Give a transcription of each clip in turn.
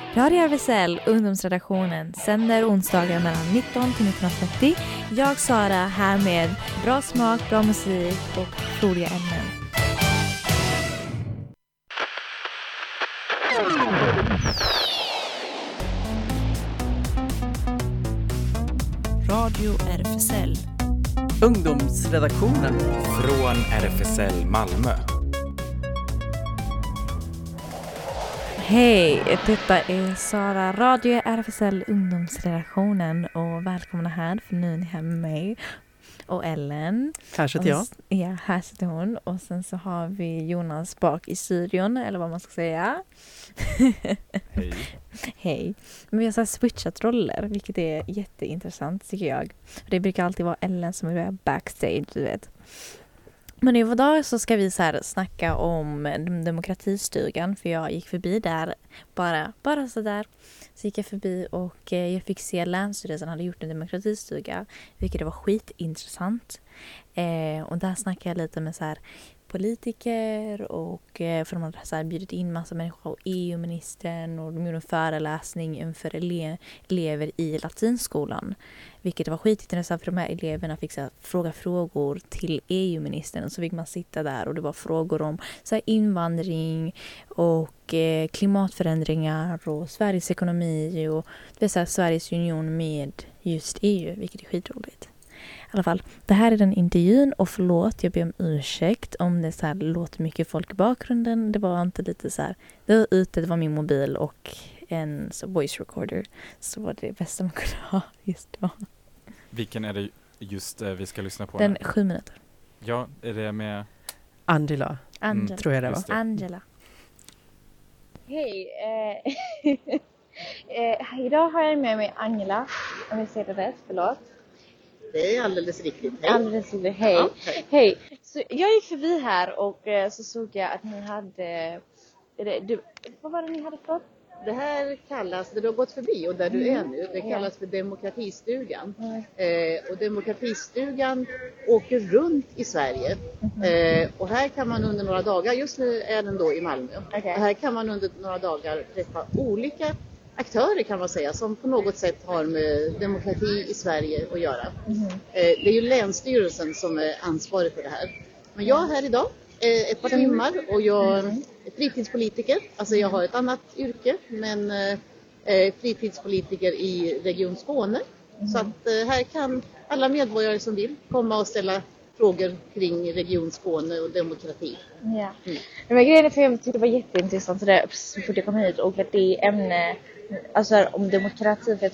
Radio RFSL, ungdomsredaktionen, sänder onsdagar mellan 19 till 19.30. Jag, Sara, här med bra smak, bra musik och roliga ämnen. Radio RFSL. Ungdomsredaktionen från RFSL Malmö. Hej, detta är Sara, Radio RFSL ungdomsredaktionen och välkomna här för nu är ni här med mig och Ellen. Här sitter jag. Ja, här sitter hon och sen så har vi Jonas bak i studion eller vad man ska säga. Hej. Hej. Men vi har så här switchat roller vilket är jätteintressant tycker jag. För det brukar alltid vara Ellen som är backstage, du vet. Men idag så ska vi så här snacka om demokratistugan för jag gick förbi där bara så där. Så gick jag förbi och jag fick se Länsstyrelsen hade gjort en demokratistuga vilket var skitintressant. Och där snackade jag lite med så här politiker och för de hade så här bjudit in massa människor och EU-ministern och de gjorde en föreläsning inför elever i latinskolan. Vilket var skitintressant för de här eleverna fick så här, fråga frågor till EU-ministern och så fick man sitta där och det var frågor om så här, invandring och klimatförändringar och Sveriges ekonomi och det är så här, Sveriges union med just EU vilket är skitroligt. I alla fall, det här är den intervjun och förlåt, jag ber om ursäkt om det så här låter mycket folk i bakgrunden. Det var inte lite så här, det var ute, det var min mobil och en så voice recorder. Så var det bästa man kunde ha just då. Vilken är det just vi ska lyssna på? Den 7 minuter. Ja, är det med Angela. Tror jag det var. Angela. Hej, idag har jag med mig Angela, om jag säger det rätt, förlåt. Det är alldeles riktigt. Hej. Alldeles riktigt, hej. Ja, hej. Så jag gick förbi här och så såg jag att ni hade, vad var det ni hade fått? Det här kallas, det du har gått förbi och där du är nu, det kallas för demokratistugan. Och demokratistugan åker runt i Sverige. Och här kan man under några dagar, just nu är den då i Malmö. Och här kan man under några dagar träffa olika aktörer kan man säga som på något sätt har med demokrati i Sverige att göra. Det är ju Länsstyrelsen som är ansvarig för det här. Men jag är här idag ett par timmar och jag är fritidspolitiker. Alltså jag har ett annat yrke men fritidspolitiker i Region Skåne. Så att här kan alla medborgare som vill komma och ställa frågor kring Region Skåne och demokrati. Ja. Men grejen är för jag tyckte det var jätteintressant så fort jag kom hit och att det ämne alltså om demokrati, för jag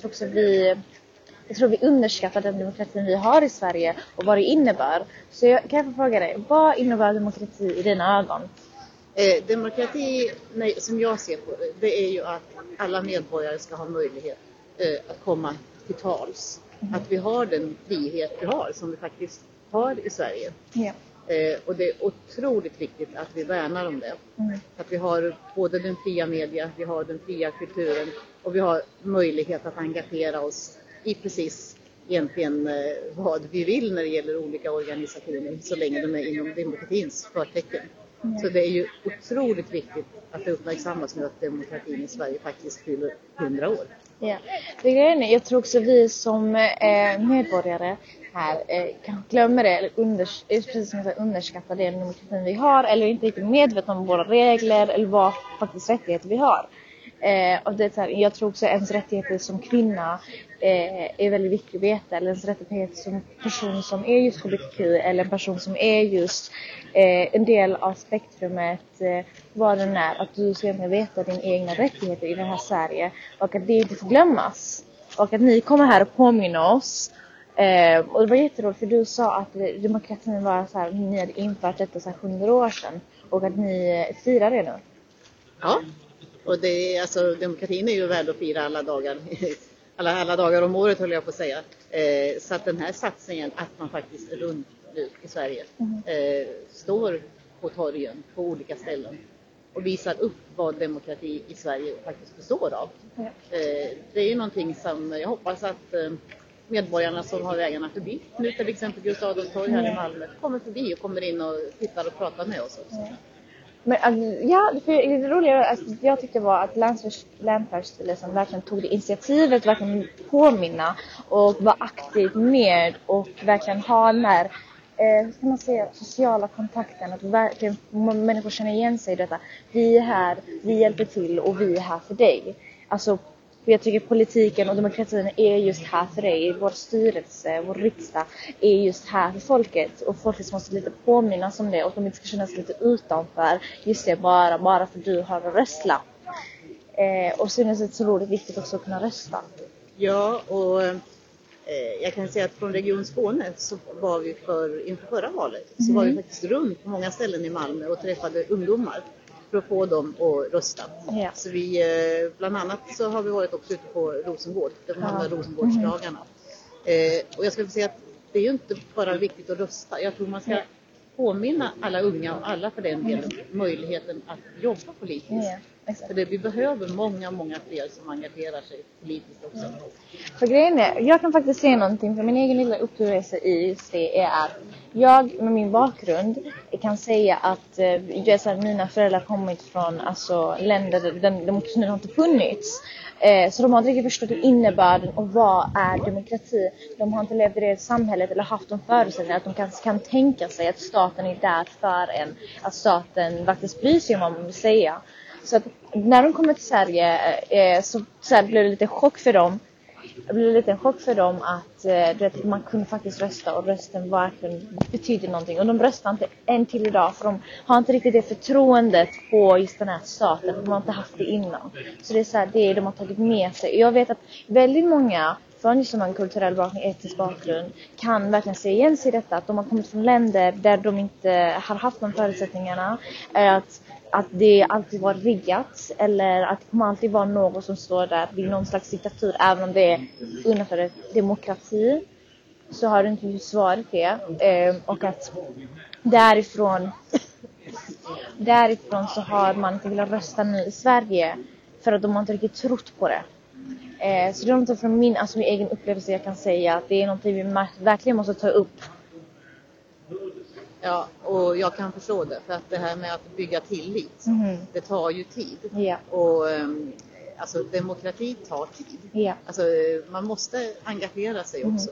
tror vi underskattar den demokratin vi har i Sverige och vad det innebär. Så jag kan få fråga dig, vad innebär demokrati i dina ögon? Demokrati, som jag ser på det är ju att alla medborgare ska ha möjlighet att komma till tals. Att vi har den frihet vi har som vi faktiskt har i Sverige. Ja. Och det är otroligt viktigt att vi värnar om det. Att vi har både den fria media, vi har den fria kulturen och vi har möjlighet att engagera oss i precis egentligen vad vi vill när det gäller olika organisationer så länge de är inom demokratins förtecken. Så det är ju otroligt viktigt att det uppmärksammas nu att demokratin i Sverige faktiskt fyller 100 år. Ja, det grejen är, jag tror också vi som medborgare här kan glömma det eller precis som jag underskattar den demokratin vi har eller inte riktigt medvetna om våra regler eller vad faktiskt rättigheter vi har. Och det är så här, jag tror också ens rättigheter som kvinna är väldigt viktigt att veta, eller ens rättigheter som person som är just HBTQ eller en person som är just en del av spektrumet vad den är, att du ska veta din egna rättigheter i den här Sverige och att det inte får glömmas och att ni kommer här och påminner oss. Och det var jätteroligt för du sa att demokratin var så här, ni hade infört detta så här 100 år sedan och att ni firar det nu. Ja, och det är, alltså, demokratin är ju värd att fira alla dagar. Alla dagar om året höll jag på att säga. Så att den här satsningen att man faktiskt runt nu i Sverige står på torgen på olika ställen och visar upp vad demokrati i Sverige faktiskt består av. Ja. Det är ju någonting som jag hoppas att medborgarna som har vägarna förbi, nu till exempel Gustav Adolfs torg här i Malmö, kommer förbi och kommer in och tittar och pratar med oss också. Men ja, för det roliga alltså, jag tyckte var att Länsstyrelsen verkligen tog det initiativet, verkligen påminna och var aktivt med och verkligen ha den här kan man säga, sociala kontakten, att verkligen människor känner igen sig i detta. Vi är här, vi hjälper till och vi är här för dig. Alltså jag tycker politiken och demokratin är just här för dig. Vår styrelse, vår riksdag är just här för folket. Och folket måste lite påminnas om det. Och de inte ska känna sig lite utanför. Just det, bara för du har en röstlapp. Och så är det så roligt viktigt också att kunna rösta. Ja, och jag kan säga att från Region Skåne så var vi inför förra valet. Så var vi faktiskt runt på många ställen i Malmö och träffade ungdomar. För att få dem att rösta. Ja. Så vi, bland annat så har vi varit också ute på Rosengård, de andra Rosengårdsdagarna. Och jag skulle säga att det är ju inte bara viktigt att rösta. Jag tror man ska påminna alla unga och alla för den delen möjligheten att jobba politiskt. Ja, för vi behöver många fler som engagerar sig politiskt också. För grejen är, jag kan faktiskt se någonting för min egen lilla upplevelse i just det är att jag med min bakgrund kan säga att mina föräldrar kommit från alltså, länder där demokratin har inte funnits. Så de har inte riktigt förstått innebörden och vad är demokrati. De har inte levt i det samhället eller haft de förutsättningar att de kan tänka sig att staten är där för en. Att staten faktiskt bryr sig om vad man vill säga. Så att när de kommer till Sverige så blev det lite chock för dem. Det blev lite en chock för dem att man kunde faktiskt rösta och rösten verkligen betyder någonting. Och de röstar inte än till idag för de har inte riktigt det förtroendet på just den här staten. De har inte haft det innan. Så det är så här, det de har tagit med sig. Jag vet att väldigt många från just en kulturell bakgrund, etisk bakgrund kan verkligen se igen sig i detta. Att de har kommit från länder där de inte har haft de förutsättningarna. Att det alltid var riggat eller att det kommer alltid vara någon som står där vid någon slags diktatur. Även om det är ungefär demokrati så har det inte just varit det. Och att därifrån så har man inte velat rösta nu i Sverige för att de har inte riktigt trott på det. Så det är något från min egen upplevelse jag kan säga att det är något vi verkligen måste ta upp. Ja, och jag kan förstå det. För att det här med att bygga tillit, det tar ju tid. Yeah. Och alltså demokrati tar tid. Yeah. Alltså man måste engagera sig också.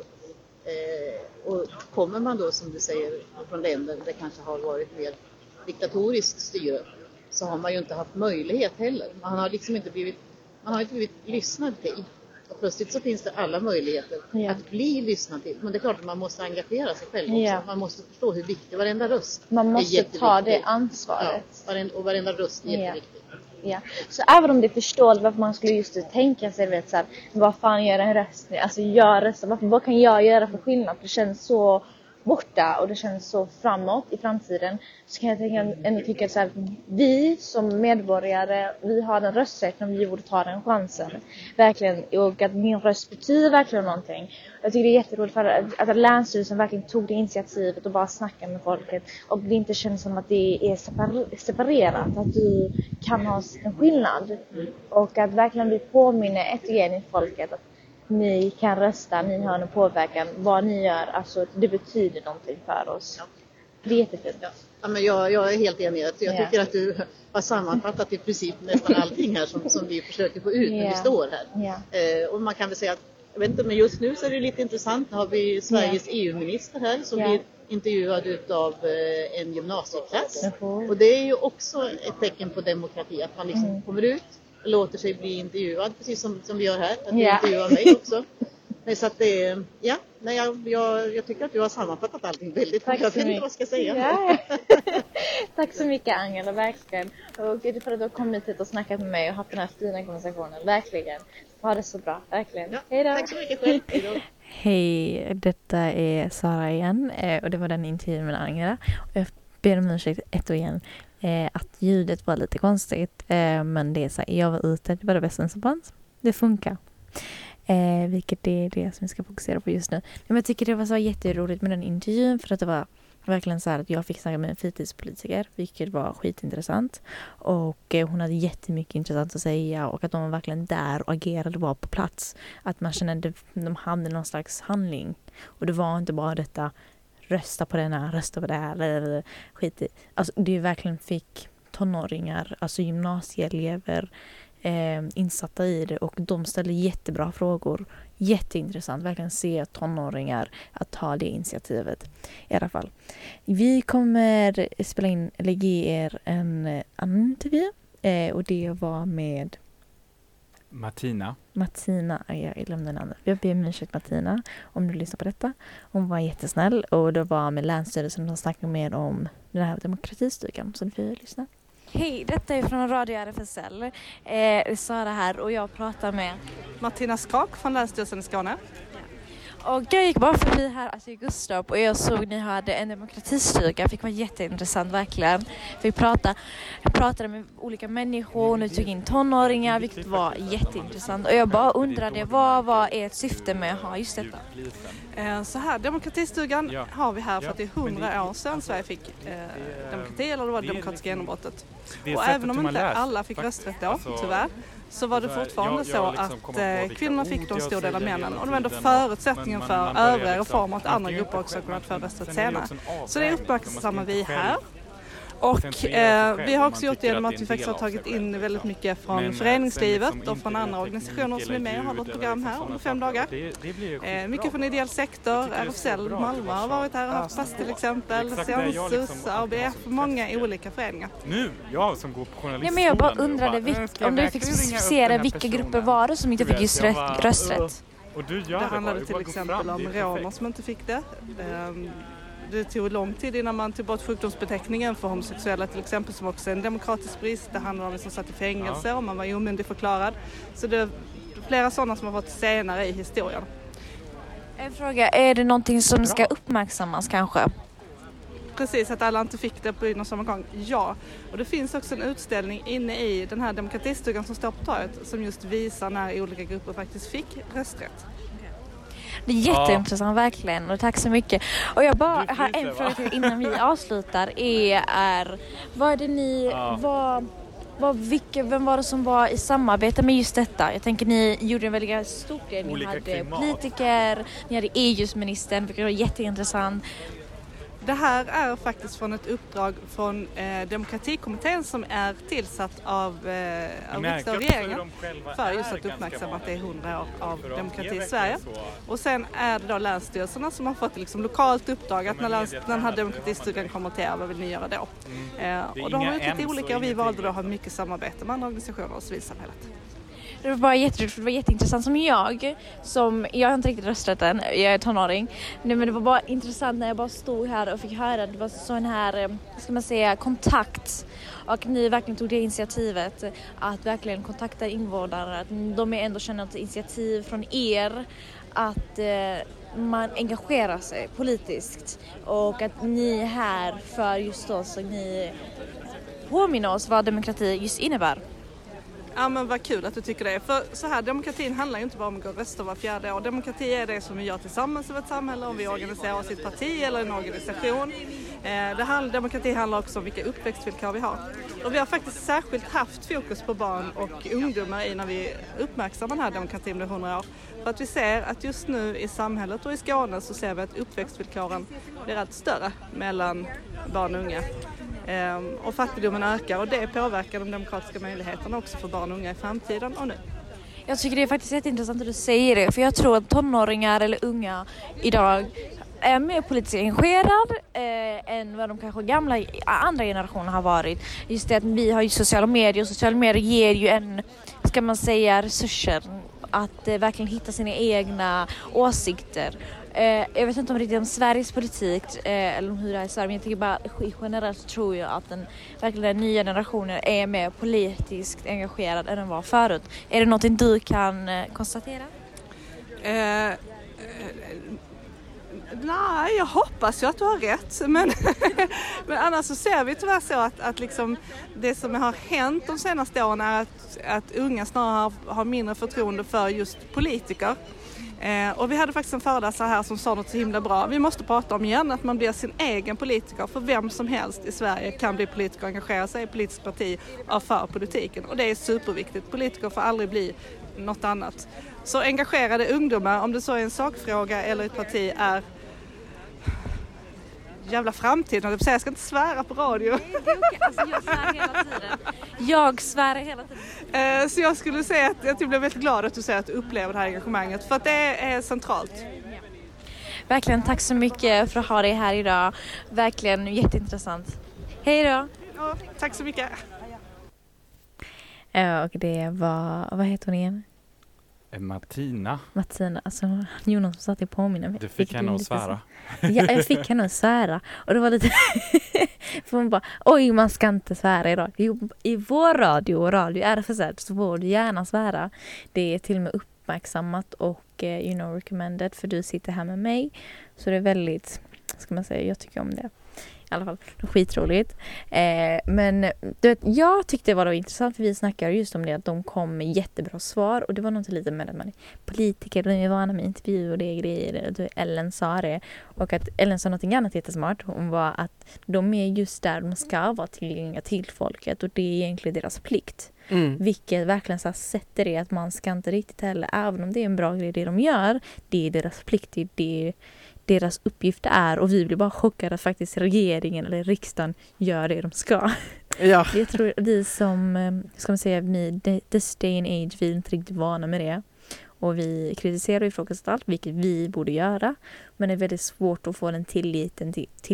Och kommer man då som du säger från länder där det kanske har varit mer diktatoriskt styre så har man ju inte haft möjlighet heller. Man har inte blivit lyssnad till. Och plötsligt så finns det alla möjligheter att bli lyssnad till. Men det är klart att man måste engagera sig själv också. Man måste förstå hur viktig varenda röst är. Man måste ta det ansvaret. Ja, och varenda röst är jätteviktig. Ja. Så även om det förstår varför man skulle just tänka sig vet, så här, vad fan gör en röst nu? Alltså jag röstar, vad kan jag göra för skillnad? Det känns så borta och det känns så framåt i framtiden. Så kan jag ändå tycka så här, vi som medborgare, vi har den rösträtten och vi borde ta den chansen. Verkligen, och att min röst betyder verkligen någonting. Jag tycker det är jätteroligt för att Länsstyrelsen verkligen tog det initiativet och bara snackade med folket. Och det inte känns som att det är separerat, att du kan ha en skillnad. Och att verkligen vi påminner ett igen i folket att ni kan rösta, ni har en påverkan. Vad ni gör, alltså det betyder någonting för oss. Ja. Det är jättefint. Ja, men jag är helt enig. Jag tycker att du har sammanfattat i princip nästan allting här som vi försöker få ut när vi står här. Och man kan väl säga att, jag vet inte, men just nu så är det lite intressant. Nu har vi Sveriges EU-minister här som blir intervjuad utav en gymnasieklass. Och det är ju också ett tecken på demokrati, att man liksom kommer ut och låter sig bli intervjuad, precis som vi gör här, att du intervjuar mig också. Nej, så att det, jag tycker att du har sammanfattat allting väldigt bra. Jag vet inte vad jag ska säga. Ja. Tack så mycket Angela, verkligen. Och för att du har kommit hit och snackat med mig och haft den här fina konversationen, verkligen. Ha det så bra, verkligen. Ja, hej då. Tack så mycket själv. Hej då. Hej, detta är Sara igen och det var den intervjun med Angela. Och jag ber om ursäkt ett och igen att ljudet var lite konstigt, men det är så här, jag var ute, det var det bästa som fanns. Det funkar. Vilket är det som vi ska fokusera på just nu. Men jag tycker det var så jätteroligt med den intervjun för att det var verkligen så här att jag fick snacka med en fritidspolitiker, vilket var skitintressant. Och hon hade jättemycket intressant att säga och att de var verkligen där och agerade, var på plats. Att man kände att de hade någon slags handling. Och det var inte bara detta rösta på denna, rösta på det här eller skit i. Alltså det verkligen fick tonåringar, alltså gymnasieelever insatta i det, och de ställer jättebra frågor. Jätteintressant, verkligen se tonåringar att ta det initiativet i alla fall. Vi kommer spela in eller ge er en annan intervju och det var med Martina, jag glömde namnet. Jag ber om ursäkt Martina om du lyssnar på detta. Hon var jättesnäll och det var med Länsstyrelsen som snackade mer om den här demokratistugan, så ni får lyssna. Hej, detta är från Radio RFSL. Sara här och jag pratar med Martina Skak från Länsstyrelsen i Skåne. Och jag gick bara förbi här alltså i Gustav och jag såg ni hade en demokratistuga. Det var jätteintressant verkligen. Jag pratade med olika människor och nu tog in tonåringar, vilket var jätteintressant. Och jag bara undrade, vad var ert syfte med att ha just detta? Så här, demokratistugan har vi här för att det är 100 år sedan Sverige fick demokrati, eller det var det demokratiska genombrottet. Och även om inte alla fick rösträtt då, tyvärr, så var det fortfarande så att kvinnorna fick en stor del av männen. Och det var ändå förutsättningen för övriga reformer att andra grupper också kunnat få rösträtt senare. Så det uppmärksammar vi här. Och vi har också gjort det genom att vi faktiskt har tagit in väldigt mycket från föreningslivet och från andra organisationer som är med och har något program här om 5 dagar. Mycket från ideell sektor, RFSL Malmö har varit här och haft fast till exempel, Census, ABF, många olika föreningar. Nu, jag som går på journalistskolan. Men jag bara undrade om du fick specificera vilka grupper var det som inte fick just rösträtt? Det handlade till exempel om romer som inte fick det. Det tog lång tid innan man tog bort sjukdomsbeteckningen för homosexuella till exempel, som också är en demokratisk brist. Det handlar om de som satt i fängelse och man var omyndigförklarad. Så det är flera sådana som har varit senare i historien. En fråga, är det någonting som ska uppmärksammas kanske? Precis, att alla inte fick det på en och samma gång. Ja, och det finns också en utställning inne i den här demokratistugan som står på torget som just visar när olika grupper faktiskt fick rösträtt. Det är jätteintressant verkligen och tack så mycket. Och jag bara har en fråga till innan vi avslutar är vad är det ni vem var det som var i samarbete med just detta? Jag tänker ni gjorde en väldigt stor del. Ni hade politiker, ni hade EU-ministern, vilket var jätteintressant. Det här är faktiskt från ett uppdrag från demokratikommittén som är tillsatt av riksdag och regeringen för just att uppmärksamma att det är 100 år av demokrati i Sverige. Och sen är det då länsstyrelserna som har fått liksom lokalt uppdrag att när den här demokratistugan kommer till vad vill ni göra då? Och då har vi lite olika och vi valde då att ha mycket samarbete med andra organisationer och civilsamhället. Det var bara jätteintressant som jag har inte riktigt rösträtt än, jag är tonåring. Men det var bara intressant när jag bara stod här och fick höra, det var sån här, ska man säga, kontakt. Och ni verkligen tog det initiativet att verkligen kontakta invånare, att de är ändå känner ett initiativ från er att man engagerar sig politiskt och att ni är här för just oss och ni påminner oss vad demokrati just innebär. Ja, men vad kul att du tycker det. För så här, demokratin handlar ju inte bara om att gå och rösta var 4:e år. Demokrati är det som vi gör tillsammans i vårt samhälle, om vi organiserar oss i ett parti eller en organisation. Demokrati handlar också om vilka uppväxtvillkor vi har. Och vi har faktiskt särskilt haft fokus på barn och ungdomar när vi uppmärksammar den här demokratin med 100 år. För att vi ser att just nu i samhället och i Skåne så ser vi att uppväxtvillkoren blir allt större mellan barn och unga. Och fattigdomen ökar och det påverkar de demokratiska möjligheterna också för barn och unga i framtiden och nu. Jag tycker det är faktiskt jätteintressant att du säger det, för jag tror att tonåringar eller unga idag är mer politiskt engagerade än vad de kanske gamla andra generationer har varit. Just det att vi har ju sociala medier och sociala medier ger ju en, ska man säga, resurser att verkligen hitta sina egna åsikter. Jag vet inte om riktigt om Sveriges politik eller hur det är i Sverige, men jag tycker bara generellt tror jag att verkligen den nya generationen är mer politiskt engagerad än den var förut. Är det något du kan konstatera? Nej, jag hoppas ju att du har rätt. Men annars så ser vi tyvärr så att liksom det som har hänt de senaste åren är att unga snarare har mindre förtroende för just politiker. Och vi hade faktiskt en föreläsare här som sa något så himla bra. Vi måste prata om igen att man blir sin egen politiker. För vem som helst i Sverige kan bli politiker och engagera sig i politiskt parti av för politiken. Och det är superviktigt. Politiker får aldrig bli något annat. Så engagerade ungdomar, om det så är en sakfråga eller ett parti, är jävla framtiden. Jag ska inte svära på radio. Nej, det är okej. Alltså, jag svär hela tiden. Så jag skulle säga att jag blev väldigt glad att du säger att du upplever det här engagemanget. För att det är centralt. Verkligen, tack så mycket för att ha dig här idag. Verkligen jätteintressant. Hej då! Ja, tack så mycket. Och det var, vad heter hon igen? Martina. Alltså Jonas som satt i påminner mig. Du fick henne att svära. Ja, jag fick henne att svära. Och det var lite... för hon bara, oj man ska inte svära idag. Jo, i vår radio och radio RFSL så får du gärna svära. Det är till och med uppmärksammat och recommended för du sitter här med mig. Så det är väldigt, ska man säga, jag tycker om det. I alla fall, det är skitroligt. Men du vet, jag tyckte det var intressant för vi snackade just om det att de kom med jättebra svar och det var något lite med att man är politiker, de är vana med intervju och det grejer. Ellen sa det och att Ellen sa något annat jättesmart. Hon var att de är just där de ska vara tillgängliga till folket och det är egentligen deras plikt. Vilket verkligen så sätter det att man ska inte riktigt heller, även om det är en bra grej det de gör, det är deras plikt, det är deras uppgift är och vi blir bara chockade att faktiskt regeringen eller riksdagen gör det de ska. Ja. Jag tror vi som, ska man säga, this day and age, vi är inte riktigt vana med det. Och vi kritiserar och ifrågasätter allt, vilket vi borde göra. Men det är väldigt svårt att få den tilliten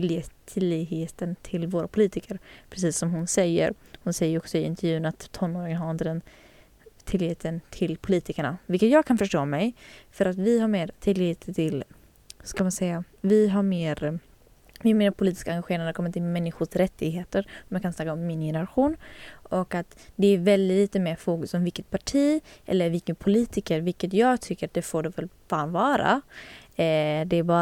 till våra politiker. Precis som hon säger. Hon säger också i intervjun att tonåringar har inte den tilliten till politikerna. Vilket jag kan förstå mig. För att vi har mer tillit till, ska man säga, vi är mer politiskt engagerade när det kommer till människors rättigheter. Man kan snacka om min generation. Och att det är väldigt lite mer fokus om vilket parti eller vilken politiker, vilket jag tycker att det får det väl fan vara. Det är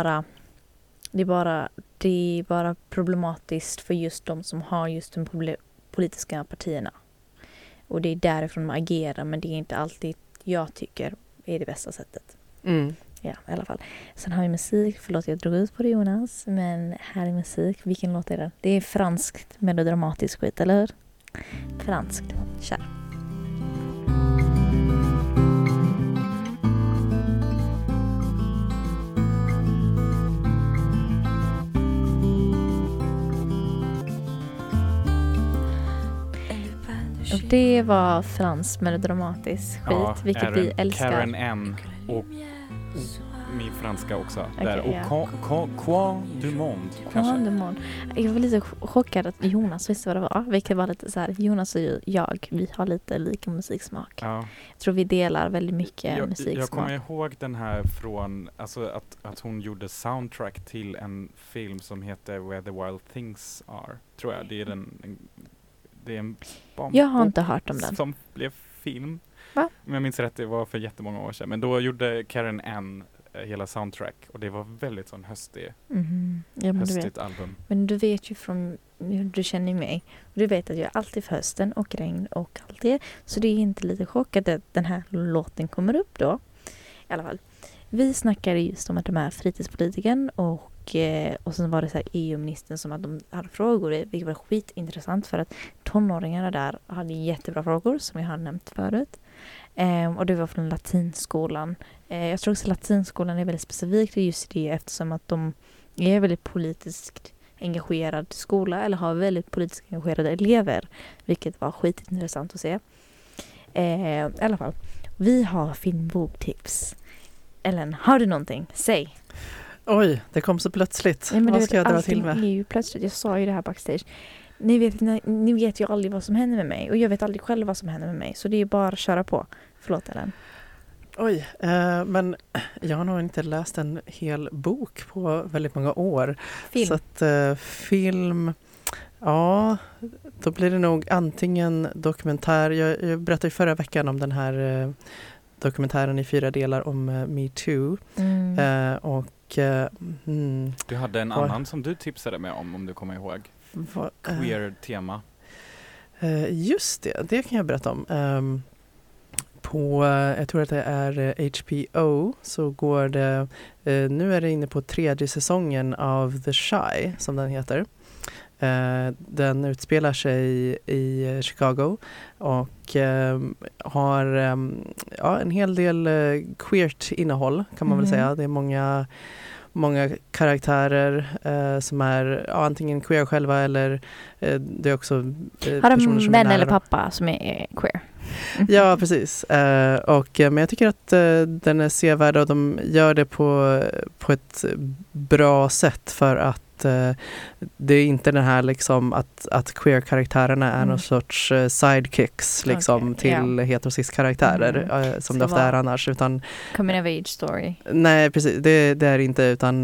bara problematiskt för just de som har just de politiska partierna. Och det är därifrån man agerar, men det är inte alltid jag tycker är det bästa sättet. Ja, i alla fall. Sen har vi musik. Förlåt, jag drog ut på det, Jonas. Men här är musik. Vilken låt är det? Det är franskt melodramatiskt skit, eller hur? Franskt. Kär. Och det var franskt melodramatiskt skit, ja, vilket vi älskar. Karen N och min franska också. Okay, där. Och Coin du Monde. Coin du Monde. Jag var lite chockad att Jonas visste vad det var. Vilket var lite så här, Jonas och jag, vi har lite lika musiksmak. Ja. Jag tror vi delar väldigt mycket musiksmak. Jag kommer ihåg den här från, alltså att hon gjorde soundtrack till en film som heter Where the Wild Things Are. Tror jag. Det är en bomb. Jag har inte hört om den. Som blev film. Va? Men jag minns rätt, det var för jättemånga år sedan. Men då gjorde Karen N hela soundtrack. Och det var väldigt sån höstigt album. Men du vet ju du känner mig. Och du vet att jag är alltid för hösten och regn och allt det. Så det är inte lite chockat att den här låten kommer upp då. I alla fall. Vi snackade just om att de här fritidspolitiken och sen var det så här EU-ministern som att de hade frågor, vilket var skitintressant för att tonåringarna där hade jättebra frågor som jag har nämnt förut. Och det var från latinskolan. Jag tror också latinskolan är väldigt specifikt just det eftersom att de är väldigt politiskt engagerad skola eller har väldigt politiskt engagerade elever, vilket var skitintressant att se. I alla fall, vi har filmboktips. Ellen, har du någonting? Säg! Oj, det kom så plötsligt. Nej, men vad ska jag dra till med? Det är ju plötsligt. Jag sa ju det här backstage. Ni vet ju aldrig vad som händer med mig. Och jag vet aldrig själv vad som händer med mig. Så det är bara att köra på. Förlåt, Ellen. Oj, men jag har nog inte läst en hel bok på väldigt många år. Film? Så att film... Ja, då blir det nog antingen dokumentär. Jag berättade ju förra veckan om den här dokumentären i 4 delar om Me Too. Du hade en annan som du tipsade mig om du kommer ihåg. Queer-tema. Just det kan jag berätta om. Jag tror att det är HBO, så går det, nu är det inne på 3:e säsongen av The Chi, som den heter. Den utspelar sig i Chicago och har en hel del queert innehåll, kan man väl säga. Det är många karaktärer som är antingen queer själva eller det är också har de vän eller pappa som är queer? Ja, precis. Men jag tycker att den är sevärd och de gör det på ett bra sätt för att det är inte den här liksom att queer-karaktärerna är någon sorts sidekicks liksom till heterosis-karaktärer som det ofta är annars. Utan, coming of age story. Nej, precis. Det är inte utan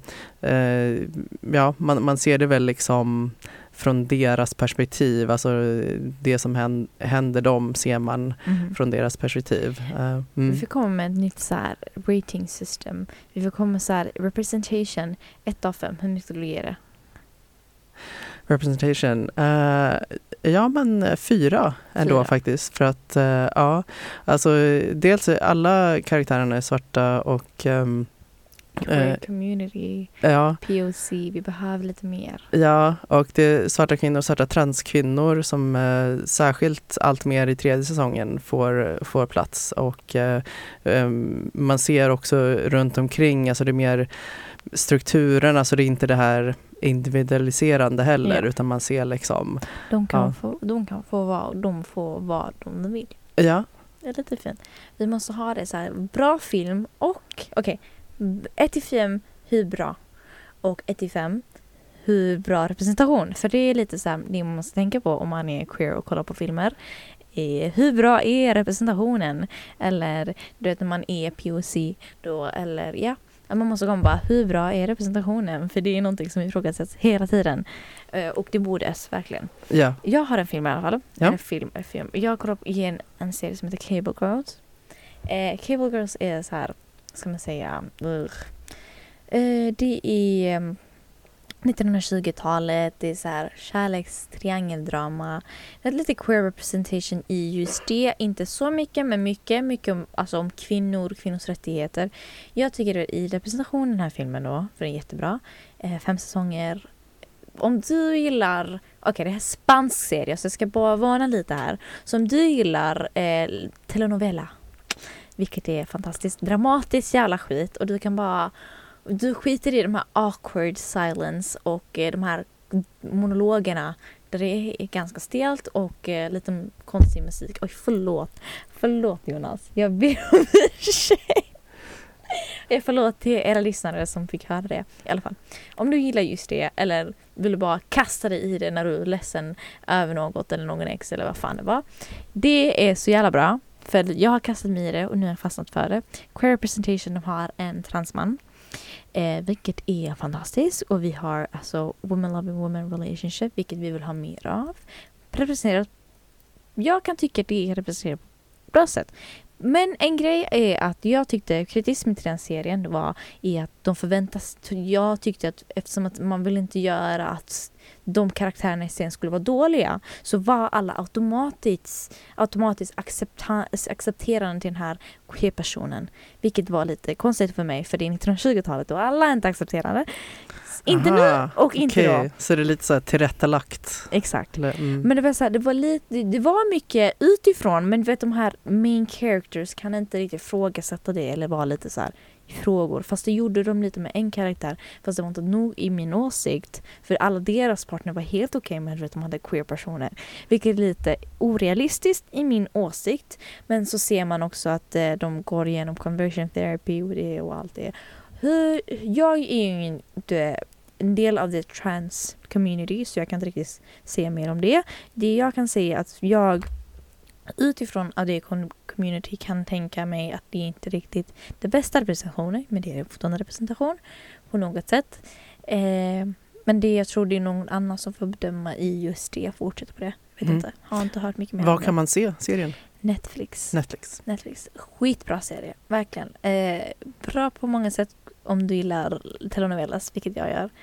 man ser det väl liksom från deras perspektiv, alltså det som händer dem ser man från deras perspektiv. Vi får komma med ett nytt så här rating system. Vi får komma med så här representation 1 av 5. Hur mycket du ger det? Representation? Men 4 ändå faktiskt. För att alltså dels är alla karaktärerna är svarta och community, POC, vi behöver lite mer. Ja, och det är svarta kvinnor och svarta transkvinnor som särskilt allt mer i 3:e säsongen får plats. Och man ser också runt omkring, alltså det är mer strukturen, alltså det är inte det här individualiserande heller, utan man ser liksom de kan få vad de vill. Ja. Det är lite fint. Vi måste ha det så här, bra film och 1-5 hur bra och 1-5 hur bra representation, för det är lite så här, det man måste tänka på om man är queer och kollar på filmer. Hur bra är representationen, eller du vet när man är POC då, eller man måste komma bara, hur bra är representationen, för det är någonting som ifrågasätts hela tiden och det borde verkligen. Ja. Jag har en film i alla fall. En film. Jag kollar på en serie som heter Cable Girls. Cable Girls är så här, ska man säga, det är 1920-talet, det är så här kärlekstriangeldrama. Det är lite queer representation i just det, inte så mycket, men mycket om, alltså om kvinnors rättigheter. Jag tycker i representationen den här filmen då, för den är jättebra. 5 säsonger. Om du gillar, det här är spansk serie, så jag ska bara varna lite här. Så om du gillar telenovela, vilket är fantastiskt dramatiskt jävla skit, och du skiter i de här awkward silence och de här monologerna där det är ganska stelt och lite konstig musik. Oj, förlåt Jonas, jag ber om ursäkt. Förlåt till era lyssnare som fick höra det. I alla fall, om du gillar just det, eller vill du bara kasta dig i det när du är ledsen över något eller någon ex eller vad fan det var, det är så jävla bra. För jag har kastat mig i det och nu har jag fastnat för det. Queer representation, de har en transman. Vilket är fantastiskt. Och vi har alltså woman loving woman relationship, vilket vi vill ha mer av. Representerat. Jag kan tycka att det är representerat på ett bra sätt. Men en grej är att jag tyckte kritismen till den serien var i att de förväntas. Jag tyckte att eftersom att man vill inte göra att de karaktärerna i serien skulle vara dåliga, så var alla automatiskt accepterande till den här queer-personen. Vilket var lite konstigt för mig, för det är 1920-talet och alla är inte accepterade. Inte nu och inte då. Så det är lite så här tillrättalagt. Exakt. Men det var så här, det var mycket utifrån, men vet de här main characters kan inte riktigt ifrågasätta det eller vara lite så här frågor. Fast det gjorde de lite med en karaktär, fast det var inte nog i min åsikt, för alla deras partner var helt okej med att de hade queer-personer, vilket är lite orealistiskt i min åsikt. Men så ser man också att de går igenom conversion therapy och det och allt det. Jag är ju inte en del av det trans community, så jag kan inte riktigt se mer om det. Det jag kan säga är att jag utifrån av det community kan tänka mig att det är inte riktigt det bästa representationen, men det är fortfarande representation på något sätt. Men det jag tror det är någon annan som får bedöma i just det. Jag fortsätter på det. Vet inte. Har inte hört mycket mer. Vad kan man se serien? Netflix. Skitbra serie, verkligen. Bra på många sätt om du gillar telenovelas, vilket jag gör.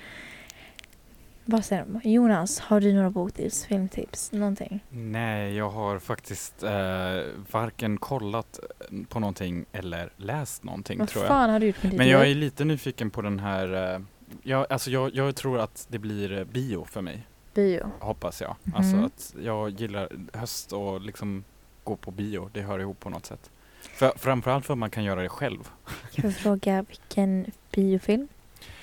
Vad säger du? Jonas, har du några boktips, filmtips, någonting? Nej, jag har faktiskt varken kollat på någonting eller läst någonting, vad tror jag. Vad fan har du gjort med ditt Men jag är lite nyfiken på den här... Jag tror att det blir bio för mig. Bio? Hoppas jag. Alltså att jag gillar höst och liksom gå på bio. Det hör ihop på något sätt. Framförallt för att man kan göra det själv. Kan jag fråga vilken biofilm?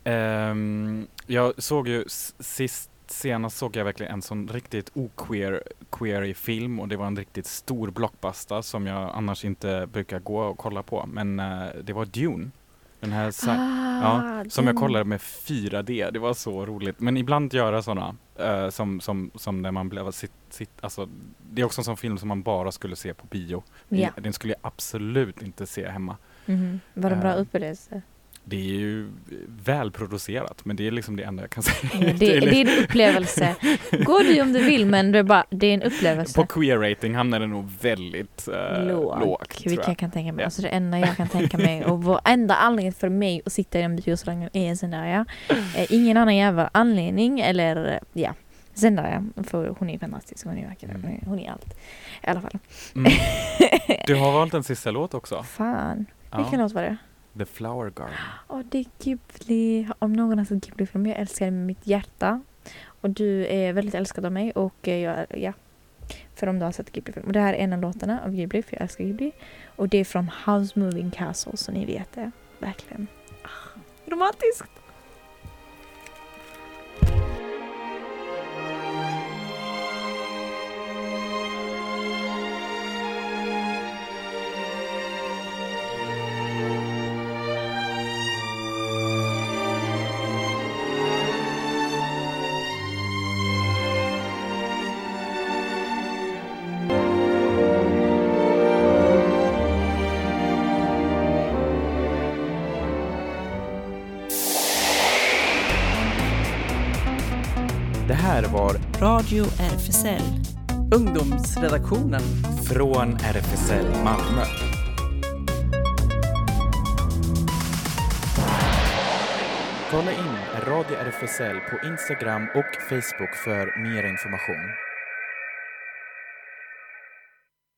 Jag såg ju senast såg jag verkligen en sån riktigt queer film, och det var en riktigt stor blockbuster som jag annars inte brukar gå och kolla på, men det var Dune. Den här som jag kollade med 4D. Det var så roligt. Men ibland göra sådana som när man blev alltså, det är också en sån film som man bara skulle se på bio. Yeah. Den skulle jag absolut inte se hemma. Var det bra upplevelse? Det är ju välproducerat, men det är liksom det enda jag kan säga. Det är en upplevelse. Går du om du vill, men det är en upplevelse. På queer rating hamnar det nog väldigt lågt. Vilket jag kan tänka mig. Alltså det enda jag kan tänka mig, och enda anledningen för mig att sitta i den biosalongen är Zendaya. Ingen annan jävla anledning, eller Zendaya, för hon är fantastisk, hon är vacker, hon är allt. I alla fall. Du har valt en sista låt också. Fan. Vilken låt var det? The Flower Garden. Det är Ghibli. Om någon har sett Ghibli-film, jag älskar det med mitt hjärta. Och du är väldigt älskad av mig. Och för om du har sett Ghibli-film. Och det här är en av låtarna av Ghibli, för jag älskar Ghibli. Och det är från House Moving Castle, så ni vet det. Verkligen. Romantiskt. Det här var Radio RFSL. Ungdomsredaktionen från RFSL Malmö. Kolla in Radio RFSL på Instagram och Facebook för mer information.